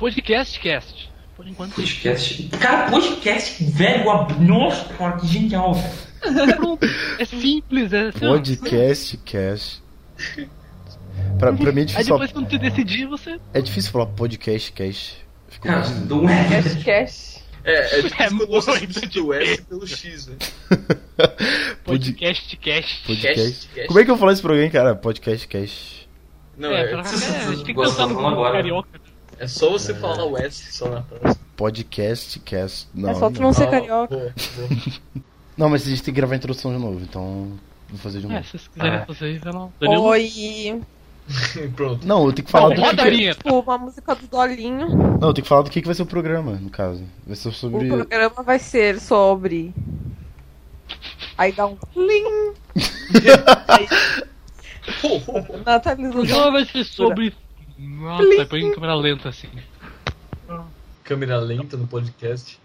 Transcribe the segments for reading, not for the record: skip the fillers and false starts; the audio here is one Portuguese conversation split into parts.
Podcast. Por enquanto. Podcast. Cara, podcast, velho. Nossa, cara, que genial, velho. Pronto. É simples, é assim, Podcast, cast. Pra mim é Aí difícil depois falar. quando você decidir, você. É difícil falar podcast, cast. Ficou Cara, mais- não é. Cash. É difícil É quando você muito substitui o S pelo X, né? Podcast. Podcast. Cast. Como é que eu falo isso pra alguém, cara? Podcast, cast. Não, É, é a gente tem que Gosto pensar no de falar agora. carioca. é só você falar o S só na frase. Podcast, cast. Não, É só tu não ser carioca. Boa. Não, mas a gente tem que gravar a introdução de novo, então. Vou fazer de É, novo. se vocês quiserem É. fazer aí, vai lá. Danilo? Oi. Pronto. Não, eu tenho que falar Não, do que roda que... a vinheta. Tipo, uma música do Dolinho. Não, eu tenho que falar do que vai ser o programa, no caso. Vai ser sobre. O programa vai ser sobre. Aí dá um plim. Aí, Nathalie O programa vai ser sobre. Nossa, põe em câmera lenta assim. Câmera lenta no podcast.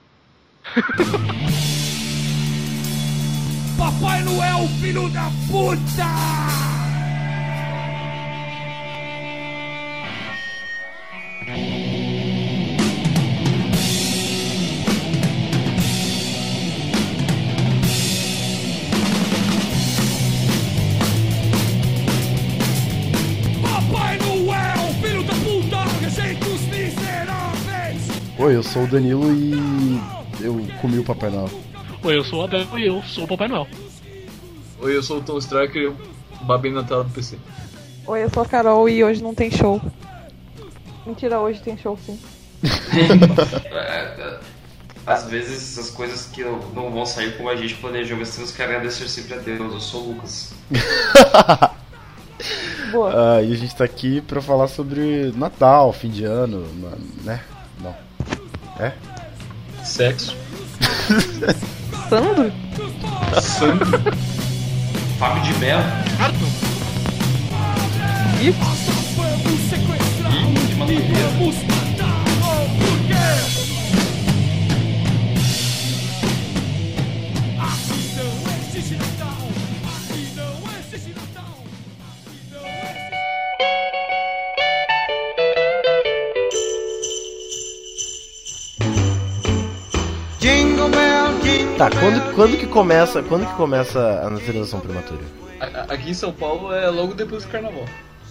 Papai Noel, filho da puta! Papai Noel, filho da puta! Rejeita os miseráveis! Oi, eu sou o Danilo e. Eu comi o Papai Noel. Oi, eu sou o Adel e eu sou o Papai Noel. Oi, eu sou o Tom Striker e eu babei na tela do PC. Oi, eu sou a Carol e hoje não tem show. Mentira, hoje tem show sim. Às vezes essas coisas que não vão sair como a gente planejou, mas temos que agradecer sempre a Deus. Eu sou o Lucas. Boa. Ah, e a gente tá aqui pra falar sobre Natal, fim de ano, né? Não. É? Sexo. Sandro? Fábio de Mello. Vamos sequestrar, vamos matar, por quê? Aqui não existe Natal, aqui não existe Natal, aqui não existe... Tá, quando que começa a naturalização prematura? Aqui em São Paulo é logo depois do carnaval.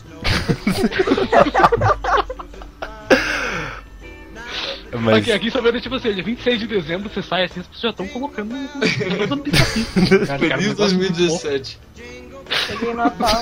Mas Aqui só vendo, tipo assim, dia 26 de dezembro você sai assim, as pessoas já estão colocando no Feliz 2017. Cheguei no Natal.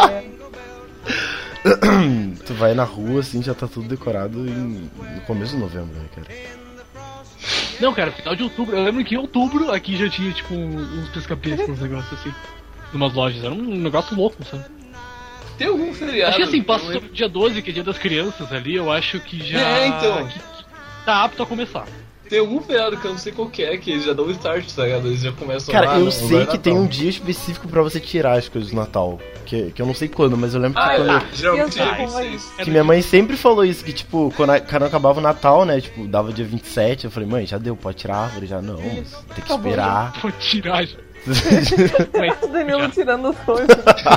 tu vai na rua assim, já tá tudo decorado no começo de novembro, né, cara? Não, cara, final de outubro. Eu lembro que em outubro aqui já tinha, tipo, uns pisca-pisca, uns negócios assim. Numas lojas. Era um negócio louco, sabe? Tem algum feriado? Acho que assim, passa Não sobre o dia 12, que é dia das crianças ali, eu acho que já. É, então. que tá apto a começar. Tem algum feriado que eu não sei qual que é, que eles já dão o start, tá ligado? Eles já começam Cara, lá, eu não, sei agora é que tem Natal. um dia específico pra você tirar as coisas do Natal. Que eu não sei quando, mas eu lembro que quando Geralmente Deus, é como é 26. que minha mãe sempre falou isso, que tipo, quando acabava o Natal, né, tipo, dava dia 27, eu falei, mãe, já deu, pode tirar a árvore? Já não, mas tem que Acabou, esperar. Vou tirar já. O Danilo tirando as coisas.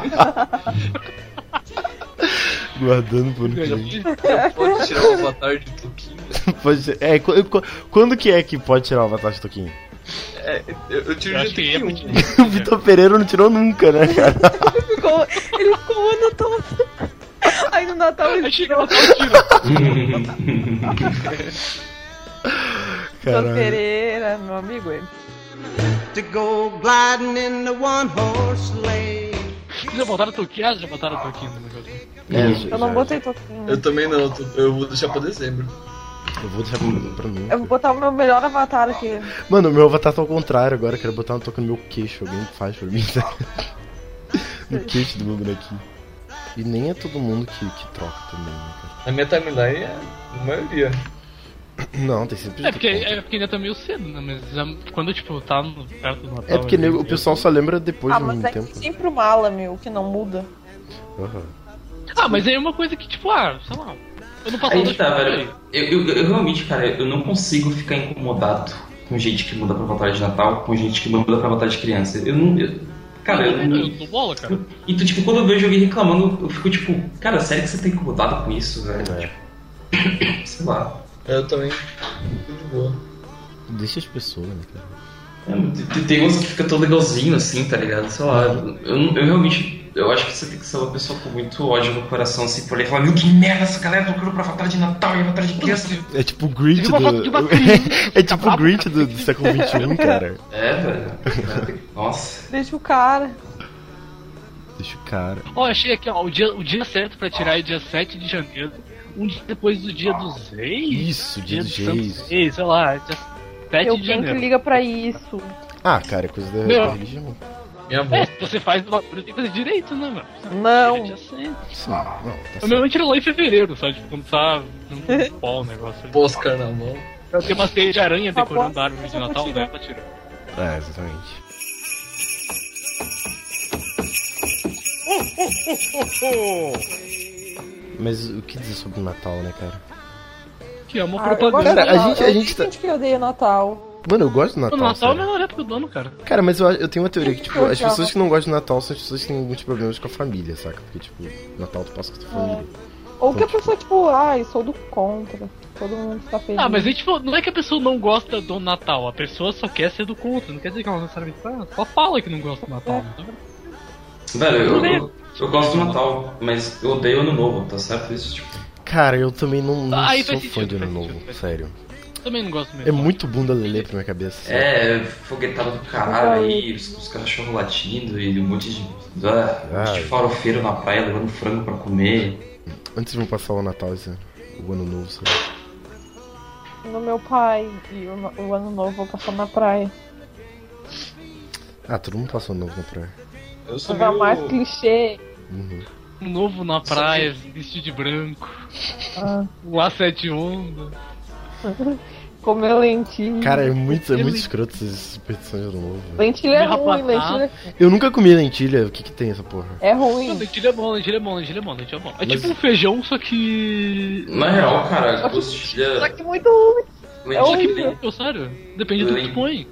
Guardando pro ano que vem. Pode tirar o avatar de Toquinho. Pode ser. É, quando que é que pode tirar o avatar de Toquinho? É, eu tiro Eu de acho que é Toquinho. O Vitor Pereira não tirou nunca, né, cara? Ele ficou o ano todo. Aí no Natal ele Aí chega tirou no Natal, tira. o Caralho. Pereira, meu amigo ele. To go gliding in the one-horse sleigh. Já botaram toquinho? Já botaram toquinho no negócio. É, Eu não botei toquinho. Eu também não, eu vou deixar pra dezembro. Eu vou deixar pra mim. Eu vou botar o meu melhor avatar aqui. Mano, o meu avatar tá ao contrário agora, eu quero botar uma toca no meu queixo. Alguém faz pra mim, tá? No queixo do meu bonequinho. E nem é todo mundo que troca também, né, cara? Na minha timeline é a maioria. Não, tem sempre É porque ainda tá meio cedo, né? Mas já, quando, tipo, tá perto do Natal. É porque ali, o pessoal só lembra depois de Mas um é tempo. que sempre o mala, meu, que não muda. Aham. Mas aí é uma coisa que, tipo, sei lá. Eu não passo Aí que tá, velho. Eu realmente, cara, eu não consigo ficar incomodado com gente que muda pra avatar de Natal, com gente que muda pra avatar de criança. Eu não. Cara, eu não. Eu dou bola, cara. E tu, tipo, quando eu vejo alguém reclamando, eu fico tipo, cara, sério que você tá incomodado com isso, velho? É. Sei lá. Eu também. Tudo de boa. Deixa as pessoas, né, cara? Tem uns que fica todo legalzinho assim, tá ligado? Sei lá. Eu realmente. Eu acho que você tem que ser uma pessoa com muito ódio no coração, assim, por aí falar, meu, que merda, essa galera procurou pra Avatar de Natal e Avatar de criança. É tipo o Grinch Teve uma foto de uma do... criança. É tipo o Grinch do século XXI, cara. É, velho. Nossa. Deixa o cara. Deixa o cara. Ó, achei aqui, ó, o dia certo pra tirar é dia 7 de janeiro, um dia depois do dia dos reis. Isso, dia dos Santos reis. Reis, sei lá, dia 7 Eu de quem que janeiro. liga pra isso? Ah, cara, é coisa da Meu. religião. Minha avó. É, se você faz uma coisa, tem que fazer direito, né, mano? Não. Dia 7. Sim, não, tá Eu certo. normalmente tiro lá em fevereiro, sabe? Tipo, quando tá no pó o negócio. Pós-carnaval. Eu tenho uma teia de aranha Só decorando posso- a árvore de só pra Natal, tirar. né? Pra tirar. É, exatamente. Mas o que dizer sobre o Natal, né, cara? Que é uma Ah, eu gosto propaganda. Cara, do a Natal. gente- Eu a gente sei que odeia Natal. Mano, eu gosto do O Natal, Natal é a sério. melhor época do ano, cara. Cara, mas eu tenho uma teoria que, tipo, as Legal. pessoas que não gostam do Natal são as pessoas que têm alguns problemas com a família, saca? Porque, tipo, Natal tu passa com a tua família. Ou que a pessoa, tipo, ai, sou do contra. Todo mundo tá feliz. Ah, mas aí, tipo, não é que a pessoa não gosta do Natal, a pessoa só quer ser do contra, não quer dizer que ela necessariamente só fala que não gosta do Natal. Então, Velho, eu gosto do Natal, mas eu odeio Ano Novo, tá certo isso? Tipo, Cara, eu também não Aí sou faz fã de sentido, Ano faz Novo, sentido. sério. também não gosto mesmo. É muito bunda lelê pra minha cabeça. sabe? é foguetado do caralho aí, os cachorros latindo e um monte de. Um monte de farofeiro na praia levando frango pra comer. Antes de vão passar o Natal, o Ano Novo, sabe? No meu pai, e o ano novo eu vou passar na praia. Ah, todo mundo passa o Ano Novo na praia. Eu sou Jogar mais meio... clichê. Uhum. Um novo na praia, vestido de branco, Ah, lá 7 ondas. comer lentilha. Cara, é muito escroto essas superstições de Ano Novo. velho. Lentilha é Comer ruim, rabanada. lentilha Eu nunca comi lentilha, o que que tem essa porra? é Não, ruim. lentilha é bom, lentilha é bom, lentilha é bom, lentilha é bom. É Mas- tipo um feijão, só que. Na real, cara, Só que lentilha. muito ruim. Lentilha Só que horrível. eu, sério, depende do que tu põe.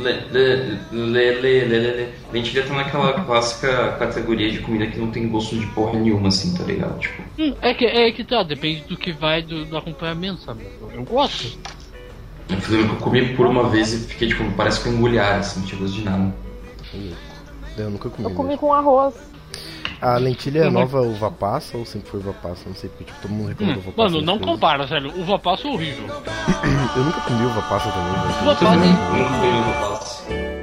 Lentilha tá naquela clássica categoria de comida que não tem gosto de porra nenhuma, assim, tá ligado? Tipo, É que tá, depende do que vai do acompanhamento, sabe? Eu gosto. eu lembro que eu comi por uma vez e fiquei, tipo, parece que eu engolhar, assim, não tinha gosto de nada. Eu nunca comi. Eu comi mesmo. com arroz. A lentilha é Uhum. nova uva passa ou sempre foi uva passa? Não sei, porque tipo, todo mundo reclama da uva passa. Mano, não nas coisas. compara, sério. Uva passa é horrível. Eu nunca comi uva passa também, velho. Uva passa é Nunca comi uva passa.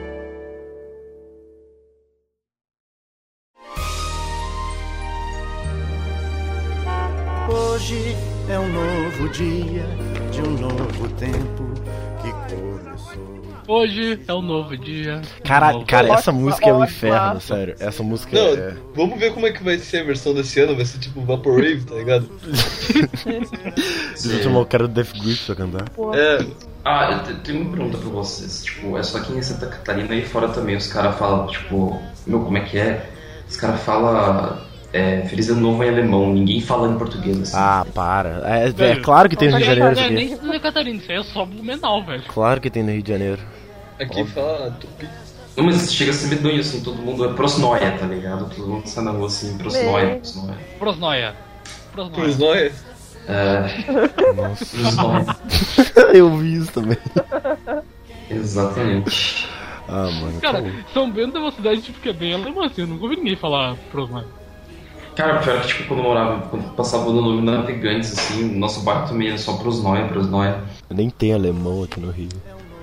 Hoje é um novo dia de um novo tempo que começou. Hoje é um novo dia. Cara, Um cara, novo- essa música é um ótimo, inferno, ótimo. sério. Essa música Não, é. vamos ver como é que vai ser a versão desse ano. Vai ser tipo Vaporwave, tá ligado? Vocês vão chamar o cara do Death Grip pra cantar? É, Ah, eu tenho uma pergunta pra vocês. Tipo, é só aqui em Santa Catarina e fora também os caras falam, tipo, meu, como é que é? Os caras falam Feliz Ano Novo em alemão, ninguém fala em português, assim. Ah, para. É Velho, claro que tem no Rio de Janeiro isso Não é aqui. nem Santa Catarina, isso aí é só Blumenau, velho. Claro que tem no Rio de Janeiro. aqui fala Tupi. Não, mas chega a ser medonho, assim, todo mundo é prosnoia, tá ligado? Todo mundo sai na rua assim, prosnoia, prosnoia. Prosnoia. Pois não é? Nossa. Prosnoia. Eu vi isso também. Exatamente. Ah, mano. Cara, tá bom. São Bento é uma cidade tipo, que é bem alemã, assim, eu nunca ouvi ninguém falar Prosnoia. Cara, pior que, tipo, quando passava o Ano Novo na Navegantes, assim, o nosso bairro também era só prosnoia, prosnoia. Nem tem alemão aqui no Rio.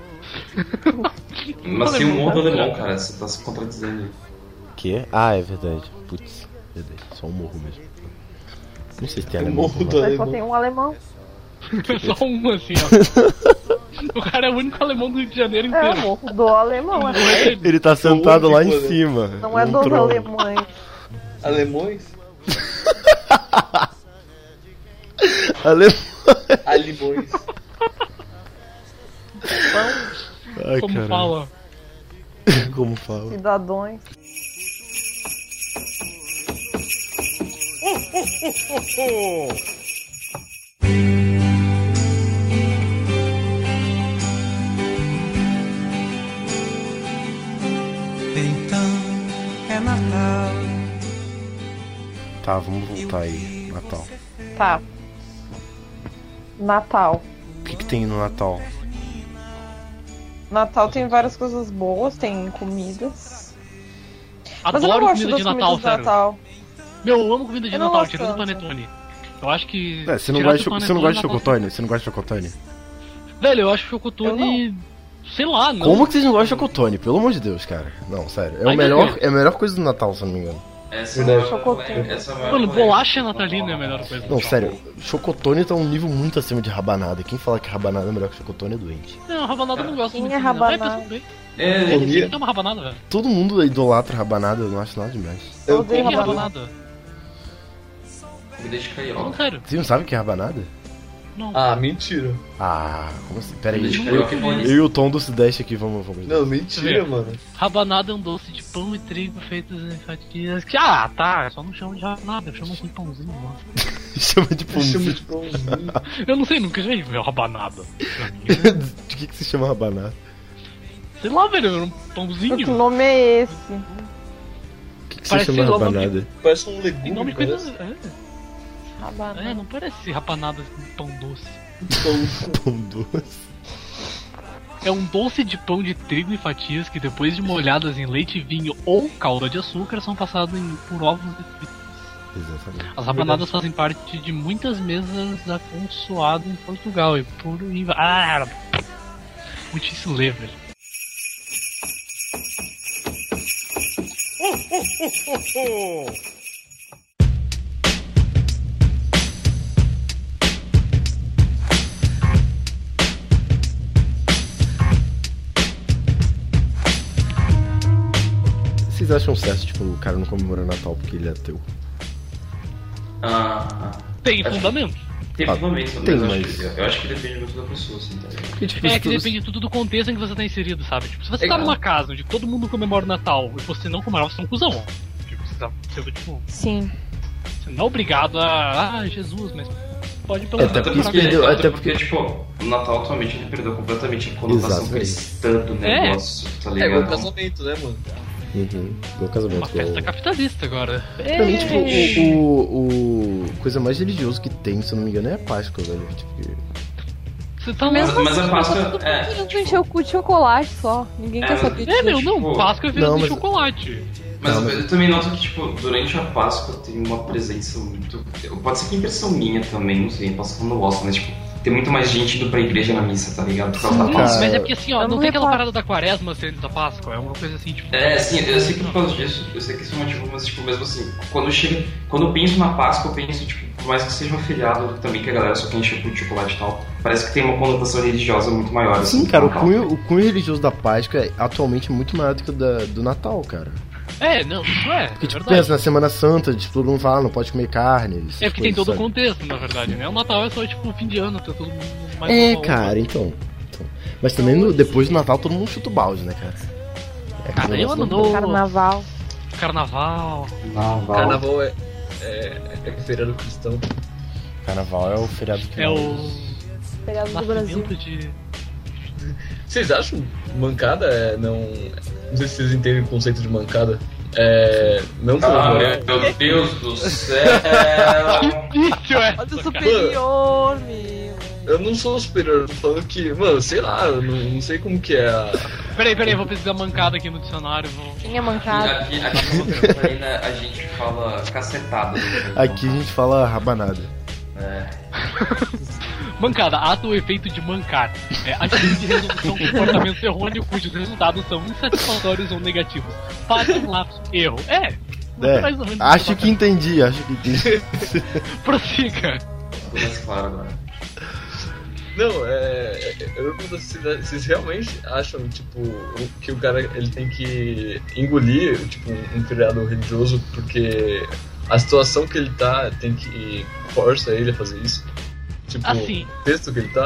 Mas tem um mundo alemão, cara, você tá se contradizendo. Que? Ah, é verdade. Putz, verdade. Só um morro mesmo. Não sei se tem O alemão. morro por do lá. Mas só alemão. tem um alemão. Só um, assim, ó. O cara é o único alemão do Rio de Janeiro É o inteiro. morro do alemão. É. Ele tá sentado lá em único, né? cima. Não é num dos trono. alemães. Alemões? Alemão. Alemões. Ai, Como caralho. fala. Como fala. Cidadões. Então é Natal. Tá, vamos voltar aí. Natal. Tá. Natal. O que tem no Natal? Natal tem várias coisas boas, tem comidas. Mas eu não Adoro gosto comida das de Natal, comidas do sério. Natal. Meu, eu amo comida de Eu não Natal, gosto tirando o tanto. panetone. Eu acho que... Você não tirando gosta o você não gosta de Natal- chocotone? Você não gosta de chocotone? Velho, eu acho chocotone... Sei lá, não... Como que vocês não gostam de chocotone? Pelo amor de Deus, cara. Não, sério. É, Ainda é a bem. melhor coisa do Natal, se eu não me engano. Essa Verdade. essa é a maior Mano, polêmica. bolacha natalina é a melhor coisa. Não, sério. Chocotone tá um nível muito acima de rabanada. Quem fala que rabanada é melhor que chocotone é doente. Não, rabanada eu não gosto Quem muito. é não. rabanada? É, pensa bem. É, Quem que é uma rabanada, velho? Todo mundo idolatra rabanada, eu não acho nada demais. Eu odeio Quem que é rabanada. rabanada? comida de Não, carioca. sério. Vocês não sabem o que é rabanada? Não. Ah, mentira. Ah, como assim? Pera aí. Comida de Eu, carioca é bom. eu e o Tom do Sudeste aqui vamos. Não, mentira, mano. Rabanada é um doce de pão e trigo feitos em fatias que... Ah, tá, só não chamo de rabanada, eu chamo de pãozinho, mano. Chama de Eu chamo pãozinho. de pãozinho. Eu não sei, nunca já vi rabanada. Pra mim, De que se chama rabanada? sei lá, velho, era um Que pãozinho. nome é esse? O que se Parece, chama sei lá, rabanada? Parece um Tem legume, nome de coisa... parece. Rabanada. não parece rabanada de pão doce. Pão doce. É um doce de pão de trigo e fatias que depois de molhadas em leite, vinho ou calda de açúcar são passados por ovos de fritos. Exatamente. As rabanadas fazem parte de muitas mesas da consoada em Portugal e por aí vai. Ah, muito difícil ler, velho. Vocês acham certo, tipo, o cara não comemora Natal porque ele é ateu? Tem Acho que- fundamento. Tem fundamento, tem, mas mas- eu acho que depende muito da pessoa, assim, tá ligado? Porque, tipo, É se que tu- depende tudo do contexto em que você tá inserido, sabe? Tipo, se você tá Legal. numa casa onde todo mundo comemora o Natal e você não comemora, você é um cuzão. Tipo, você tá sendo, tipo, Sim. você não é obrigado a. Ah, Jesus, mas pode pelo É, até porque isso perdeu- até até porque, tipo, o Natal atualmente ele perdeu completamente a conotação Exato, cristã do negócio, tá É ligado? igual casamento, né, mano? Uhum, igual casamento. uma festa igual- capitalista agora. Pra mim, tipo, o coisa mais religioso que tem, se eu não me engano, é a Páscoa, velho. Tipo, Você tá Mas, lá. mas a Páscoa é. A gente encheu o cu de chocolate só. Ninguém quer saber É, meu, disso. não, Tipo, Páscoa é feira não, de mas- chocolate. Mas Não, eu também noto que, tipo, durante a Páscoa tem uma presença muito. Pode ser que impressão minha também, não sei, posso falar no gosto, mas, tipo, tem muito mais gente indo pra igreja na missa, tá ligado? Por causa da Sim, Páscoa. cara. Mas é porque assim, ó, Eu não não tem aquela reparo. parada da quaresma ser antes da Páscoa, é uma coisa assim, tipo. É, sim, eu sei que por causa disso, eu sei que isso é um motivo, mas, tipo, mesmo assim, quando eu penso na Páscoa, eu penso, tipo, por mais que seja um feriado também, que a galera só quer encher de chocolate e tal, parece que tem uma conotação religiosa muito maior, assim. sim, cara, o Natal. cunho religioso da Páscoa é atualmente muito maior do que o do Natal, cara. É, não, isso é. Porque, é tipo, verdade. pensa, na Semana Santa, tipo, todo mundo fala, não pode comer carne. essas É porque tem coisas, todo o sabe? contexto, na verdade, né? O Natal é só, tipo, fim de ano, tá todo mundo mais É, normal. cara, então. Mas também depois do Natal todo mundo chuta o balde, né, cara? É aquele Cara, eu negócio ano do- novo, Carnaval. carnaval. Carnaval é feriado cristão. Carnaval é o feriado que É mais- o Feriado do Brasil. nascimento de. Vocês acham mancada não. Não sei se vocês entendem o conceito de mancada. Não Ah, comemorar. meu Deus do céu! Isso é! Olha o superior, meu. Eu não sou superior, eu tô falando que, mano, sei lá, eu não sei como que é a. Peraí, vou pesquisar mancada aqui no dicionário. Vou... Quem é mancado? Aqui na Santa Catarina a gente fala cacetada. né? Aqui a gente fala rabanada. É. Mancada, ato ou efeito de mancar. É atitude de resolução de comportamento errôneo cujos resultados são insatisfatórios ou negativos. Falha, lapso, erro. É. Mais ou menos Acho isso. que entendi. Prossiga. Ficou mais claro agora. Não, eu pergunto se vocês realmente acham, tipo, que o cara ele tem que engolir, tipo, um feriado religioso porque a situação que ele tá tem que força ele a fazer isso? Tipo, Assim. o texto que ele tá?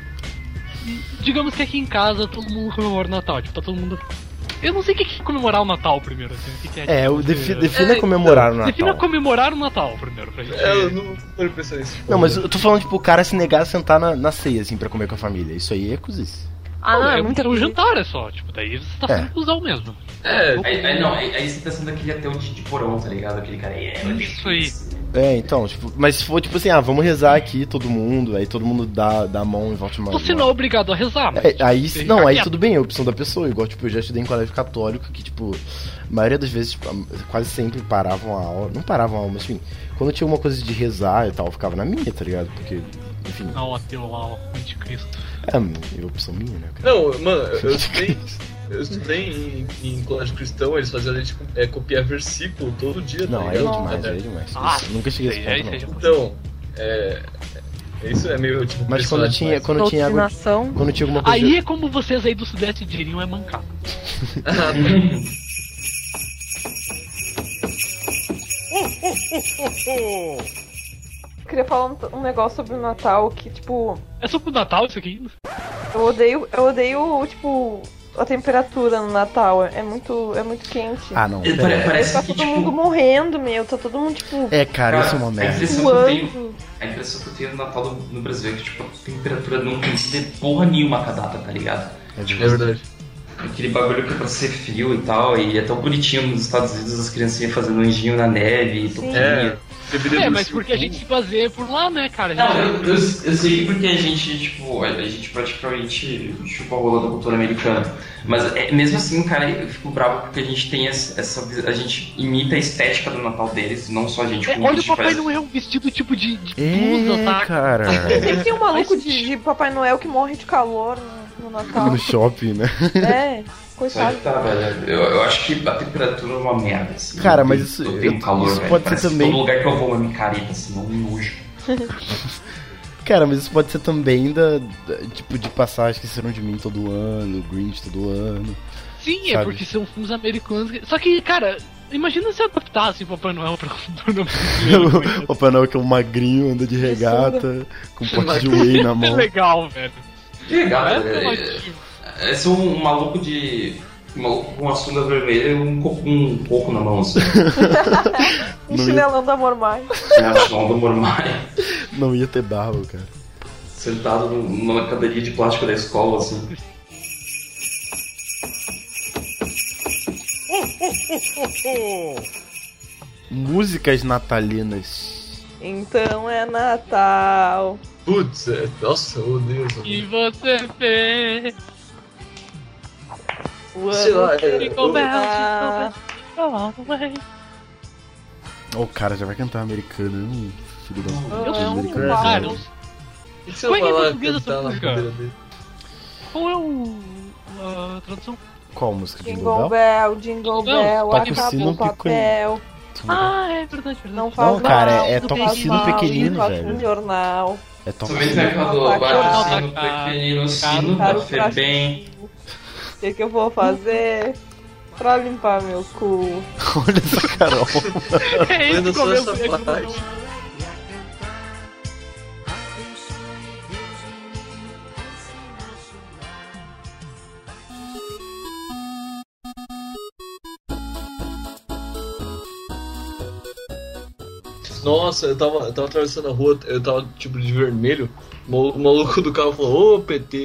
Digamos que aqui em casa todo mundo comemora o Natal. Tipo, tá todo mundo. Eu não sei o que é comemorar o Natal primeiro, assim. O que é, É, tipo, defina comemorar o Natal. Defina comemorar o Natal primeiro pra gente. Eu não vou pensar nisso. Não, mas eu tô falando, tipo, o cara se negar a sentar na ceia, assim, pra comer com a família. Isso aí é cozice. Ah, não, é um muita jantar, é só. Tipo, daí você tá sendo cuzão mesmo. Aí você tá sendo aquele ateu de porão, tá ligado? Aquele cara. Isso aí. Então, tipo, mas se for tipo assim, vamos rezar aqui todo mundo, aí todo mundo dá a mão e volta uma. Você não é obrigado a rezar, mas. Aí tudo bem, é a opção da pessoa. Igual, tipo, eu já estudei em colégio católico que, tipo, a maioria das vezes, tipo, quase sempre paravam a aula. Não paravam a aula, mas enfim, quando tinha alguma coisa de rezar e tal, eu ficava na minha, tá ligado? Porque, enfim. Não, ateu lá, ó, anticristo. É opção minha, né, cara? Não, mano, eu estudei em colégio cristão, eles faziam a gente copiar versículo todo dia. Não, aí é demais. Nunca cheguei a esse ponto, não. Então, isso é meio tipo. Mas quando tinha alguma coisa. Aí é como vocês aí do Sudeste diriam, é mancado. Eu queria falar um negócio sobre o Natal que, tipo. É sobre o Natal isso aqui? Eu odeio, tipo, a temperatura no Natal. É muito quente. Ah, não. Parece que tá todo mundo morrendo, meu. Tá todo mundo, tipo. Cara, isso é uma merda. A impressão que eu tenho no Natal no Brasil é que, tipo, a temperatura não coincide porra nenhuma com a data, tá ligado? É verdade. Aquele bagulho que é pra ser frio e tal, e é tão bonitinho nos Estados Unidos as criancinhas fazendo anjinho na neve, toquinha. Mas porque a gente se baseia por lá, né, cara? Eu sei porque a gente praticamente chupa a rola da cultura americana. Mas mesmo assim, cara, eu fico bravo porque a gente tem a gente imita a estética do Natal deles, não só a gente. Olha o Papai Noel vestido tipo de blusa, tá? Cara. Sempre tem um maluco de Papai Noel que morre de calor no Natal. No shopping, né? Coitado. Tá, velho. Eu acho que a temperatura é uma merda, assim. Cara, mas isso. Eu tenho calor, isso velho. pode Parece ser também. Todo lugar que eu vou uma micareta, assim, não nojo. Cara, mas isso pode ser também tipo, de passar Esqueceram de Mim todo ano, Grinch todo ano. Sim, sabe? É porque são filmes americanos. Só que, cara, imagina se adaptasse o Papai Noel pra cultura brasileira. O Papai Noel que é um magrinho, anda de regata, com um pote de whey na mão. É legal, velho. Que legal, esse é um maluco com uma sunga vermelha e um coco na mão, assim. Um chinelão da Mormai. Chinelão da Mormai. Não ia ter barba, cara. Sentado numa cadeirinha de plástico da escola, assim. Músicas natalinas. Então é Natal. Putz, nossa, eu odeio essa. E você fez. Sei lá, O cara já vai cantar americano, filho da Eu não, americano. cara. O que você vai falar cantar na música? cadeira dele? Qual é a tradução? Qual música? Jingle Bell, Jingle Bell, toca o sino acabou o papel. É verdade. Não faz Não, cara, mal, é não toca o faz sino mal, pequenino, toca velho. um jornal. É toca o Também sino. tem aquela bate o sino Tá, pequenino, sino Cara, da Febem. O que eu vou fazer pra limpar meu cu? Olha essa Carol. É Eu não isso, sou essa começo parte. Nossa, eu tava atravessando a rua, eu tava tipo de vermelho, o maluco do carro falou, ô PT.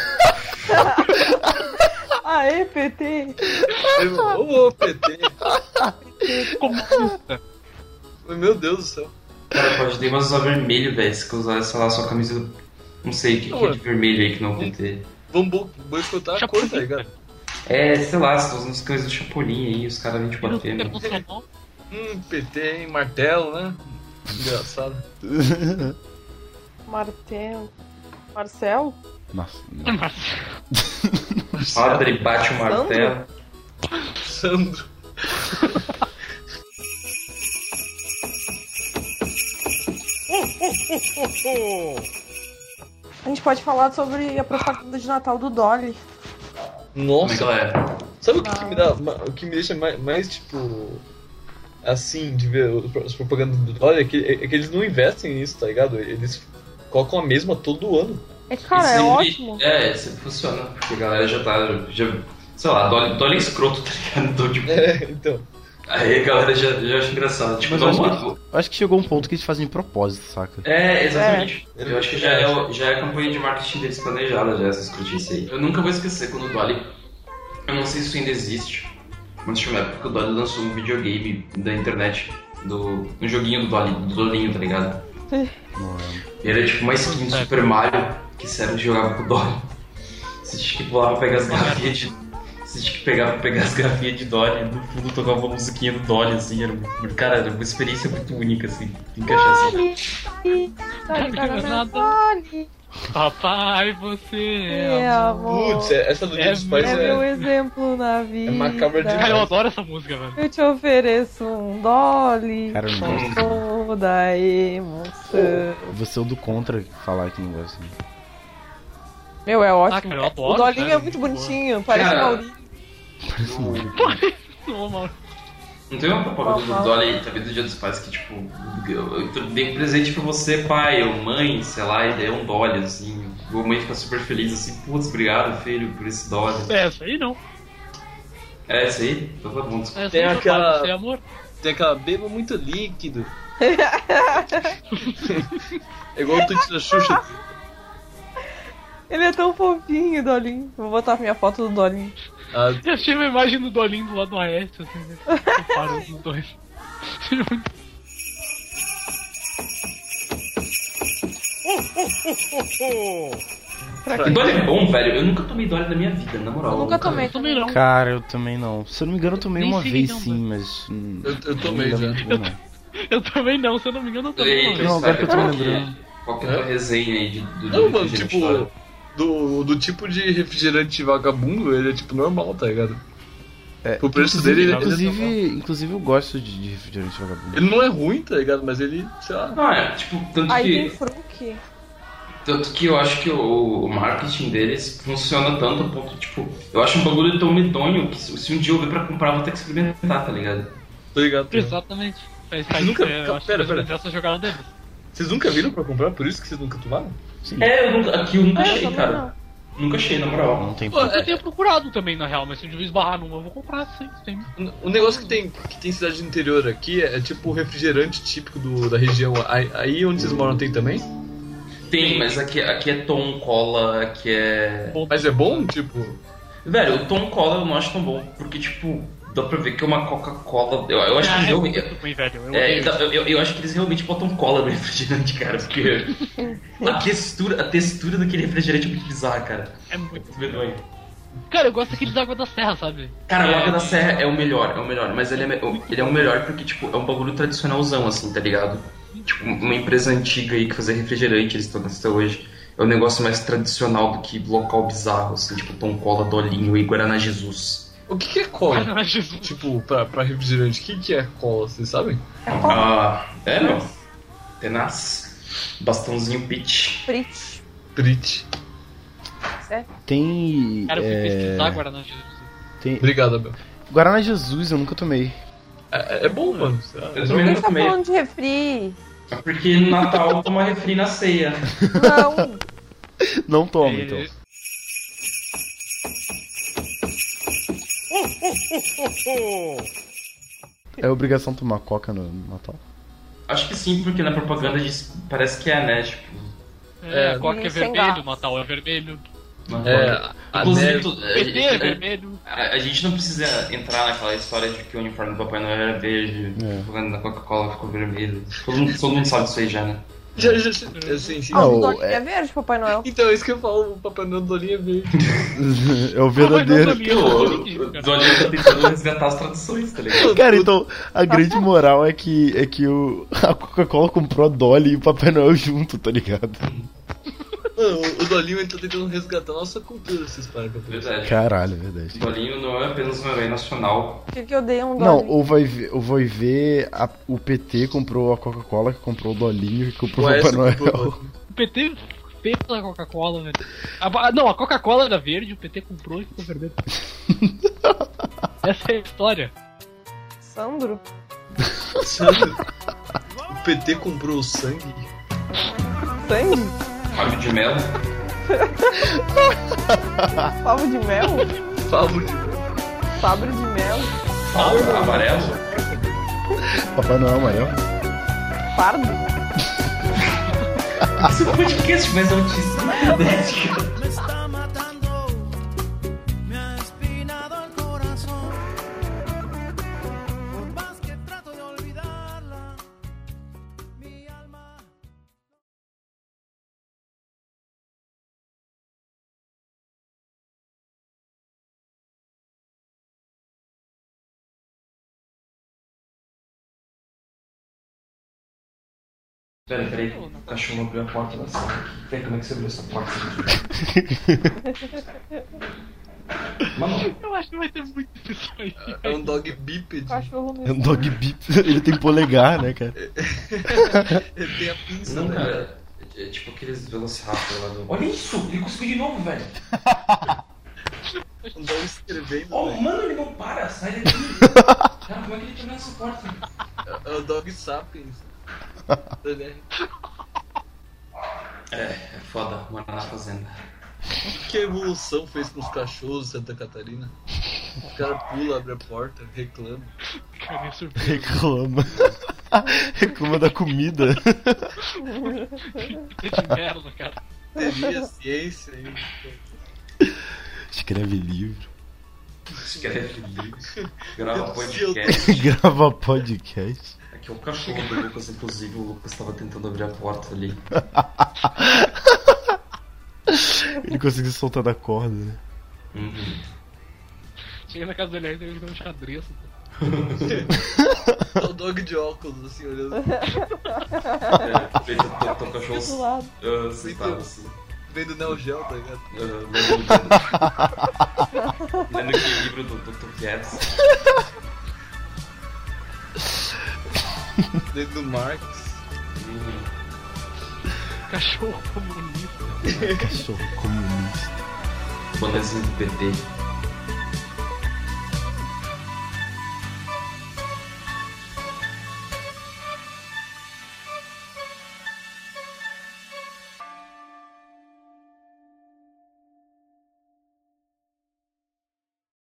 Aê, PT! Ele falou, ô PT. comunista. Meu Deus do céu. Cara, pode ter mais usar vermelho, velho. Se usar, sei lá, sua camisa do... Não sei o que é de vermelho aí que não tem PT. Vamos boicotar a coisa, tá ligado? Sei lá, se usam as coisas do Chapolin aí, os caras vêm te bater, né? PT, hein? Martelo, né? Engraçado. Martelo. Marcel? Nossa. Padre bate o martelo. Sandro. A gente pode falar sobre a propaganda de Natal do Dolly. Nossa. Como é que ela é? Sabe o que me dá, o que me deixa mais tipo assim de ver as propagandas do Dolly é que eles não investem nisso, tá ligado? Eles colocam a mesma todo ano. Cara, é sempre, ótimo. Sempre funciona, porque a galera sei lá, Dolly é escroto, tá ligado? Então, tipo, Então. aí a galera já acha engraçado. Tipo, Mas eu acho que chegou um ponto que eles fazem de propósito, saca? Exatamente. Eu acho que já é a campanha de marketing deles planejada, já essa escrotice aí. Eu nunca vou esquecer quando o Dolly, eu não sei se isso ainda existe, mas tinha uma época que o Dolly lançou um videogame da internet Um joguinho do Dolinho, tá ligado? E era tipo uma skin do Super Mario que sério jogava com o Dolly. Você tinha que pular pra pegar as garrafinhas de. Você tinha que pegar pra pegar as garrafinhas de Dolly, no fundo tocava uma musiquinha do Dolly, assim, era uma experiência muito única, assim, encaixar assim. Dolly. Papai, você É amor. Putz, essa do Dia dos Pais É meu é exemplo na vida. macabra Cara, eu demais. adoro essa música, velho. Eu te ofereço um Dolly. Cara, eu não gosto. Toda emoção. Você é o do contra falar que não gosta. Meu, é ótimo. cara, eu adoro, o Dolinho cara, é muito muito bonitinho. Parece Cara, Maurício. Não, mano. Não tem uma propaganda do Dolly também do Dia dos Pais que, tipo, eu dei um presente pra você, pai ou mãe, sei lá, e daí é um Dolly, assim. A mãe fica super feliz, assim, putz, obrigado, filho, por esse Dolly. Essa aí não. É esse aí? Então tá bom. Essa Tem aí aquela- Você é amor. Tem aquela beba muito líquido. É igual o tweet da Xuxa. Ele é tão fofinho, Dolinho. Vou botar minha foto do Dolinho. Ah, Eu achei uma imagem do Dolinho do lado do Aécio, assim, né? Comparando os dois. O Dolly é bom, velho. Eu nunca tomei Dolly na minha vida, na moral. Eu nunca tomei. Também não. Cara, eu também não. Se eu não me engano, eu tomei Nem uma sei vez não, sim, mas. eu tomei não já. lembro muito bem, Eu também não, se eu não me engano, eu também Ei, não. Não, agora que eu tô qual lembrando. Qual que é a tua resenha aí do Não, mano, refrigerante tipo, Dolly? do tipo de refrigerante vagabundo, ele é tipo normal, tá ligado? É, O preço inclusive, dele, ele é inclusive eu gosto de refrigerante vagabundo. Ele não é ruim, tá ligado? Mas ele, sei lá. Não, é, tipo, Aí tem Fruc. tanto que eu acho que o marketing deles funciona tanto a ponto, tipo, eu acho um bagulho tão medonho que se um dia eu ver pra comprar, eu vou ter que experimentar, tá ligado? Tá ligado? Exatamente. Nunca- Eu acho pera, que pera. essa jogada deles. Vocês nunca viram pra comprar? Por isso que vocês nunca tomaram? Aqui eu nunca achei, também cara. não. Nunca achei, na moral. Não tem Pô, eu tenho procurado também, na real, mas se eu devia esbarrar numa, eu vou comprar, sim, tem. O negócio que tem cidade de interior aqui é tipo o refrigerante típico da região. Aí onde vocês moram tem também? Tem, mas aqui é Tom Cola, aqui é... Mas é bom? Tipo. Velho, o Tom Cola eu não acho tão bom, porque, tipo, dá pra ver que é uma Coca-Cola... Eu acho que eles realmente... muito ruim, velho. Eu odeio. Eu acho que eles realmente botam cola no refrigerante, cara, porque a textura daquele refrigerante é muito bizarra, cara. É muito. Muito medonho. Cara, eu gosto daquele da Água da Serra, sabe? Cara, o Água da Serra é o melhor, mas ele é o melhor porque, tipo, é um bagulho tradicionalzão, assim, tá ligado? Tipo, uma empresa antiga aí que fazia refrigerante, eles estão até hoje. É um negócio mais tradicional do que local bizarro, assim, tipo Tom Cola, Dolinho e Guaraná Jesus. O que é cola? Ai, Jesus. Tipo, pra refrigerante, o que é cola? Vocês sabem? Meu. Tenaz. Bastãozinho pitch. Fritz. Prit. Sério? Tem. Cara, eu fui pesquisar agora na Jesus. Tem... Obrigado, Abel. Guaraná Jesus eu nunca tomei. É bom, mano. Sei lá. Eu Por também que nunca você tá tomei. falando de refri? É porque no Natal toma refri na ceia. Não. Não tomo, então. É obrigação tomar coca no Natal? Acho que sim, porque na propaganda diz, parece que é, né? Tipo, É, a Coca é Sem vermelho, gás. o Natal é vermelho. A Inclusive, neve. PT é vermelho. a gente não precisa entrar naquela história de que o uniforme do Papai Noel era verde, É. o propaganda da Coca-Cola ficou vermelho. Todo mundo sabe disso aí já, né? Já, sim. Ah, O o- Dolinho é verde, Papai Noel. Então, é isso que eu falo, o Papai Noel do Dolinho é verde. É o verdadeiro. Porque o Dolinho tá tentando resgatar as tradições, tá ligado? Cara, então a grande moral é que a Coca-Cola comprou a Dolly e o Papai Noel junto, tá ligado? Mano, o Dolinho ele tá tentando resgatar a nossa cultura, vocês param pra pensar. Verdade. Caralho, é verdade. O Dolinho não é apenas um herói nacional. Por que eu dei um Não, Dolinho? ou vai ver o PT comprou a Coca-Cola, que comprou o Dolinho, que comprou o Ué, Papai essa Noel. cultura- O PT fez a Coca-Cola, velho. Não, a Coca-Cola era verde, o PT comprou e ficou vermelho. Essa é a história. Sandro? Sangue? O PT comprou o sangue? Sangue? Fábio de Mello. Pavo de mel? Favo de... Fábio de mel? Fábio amarelo. Papai Noel amarelo. Pardo? Esse podcast mais autista da internet. Me está matando, me ha espinado el corazón. Por más que trato de olvidarla, Peraí, o cachorro abriu a porta da sala. Peraí, como é que você abriu essa porta? Mano, Eu acho que vai ter muito isso aí. É um dog bípede. Cachorro no É um dog beep. Ele tem polegar, né, cara? Ele tem a pinça, não, né? cara. É tipo aqueles Velociraptor lá do... Olha isso! Ele cuspiu de novo, velho! Um dog escrevendo, Oh, velho. mano, ele não para! Sai daqui! Cara, como é que ele tá nessa porta? É o dog sapiens. É foda, morar na fazenda. O que a evolução fez com os cachorros de Santa Catarina? Os caras pulam, abrem a porta, reclamam. Cara, é surpresa. Reclama. Reclama da comida. De merda, cara. Teria ciência aí. Escreve livro. Escreve livro, grava Eu podcast. Grava podcast. Aqui é o cachorro do Lucas, inclusive o Lucas tava tentando abrir a porta ali. Ele conseguiu soltar da corda, né? Uhum. Chega na casa do Elias e ele dá um xadrez. É o dog de óculos, assim, olhando. Feito teu do cachorro lado. sentado assim. Vem do Neo Geo, tá ligado? Lendo aquele livro do Dr. Katz. Dentro do Marx. Cachorro comunista. Cachorro comunista. Bonezinho do PT.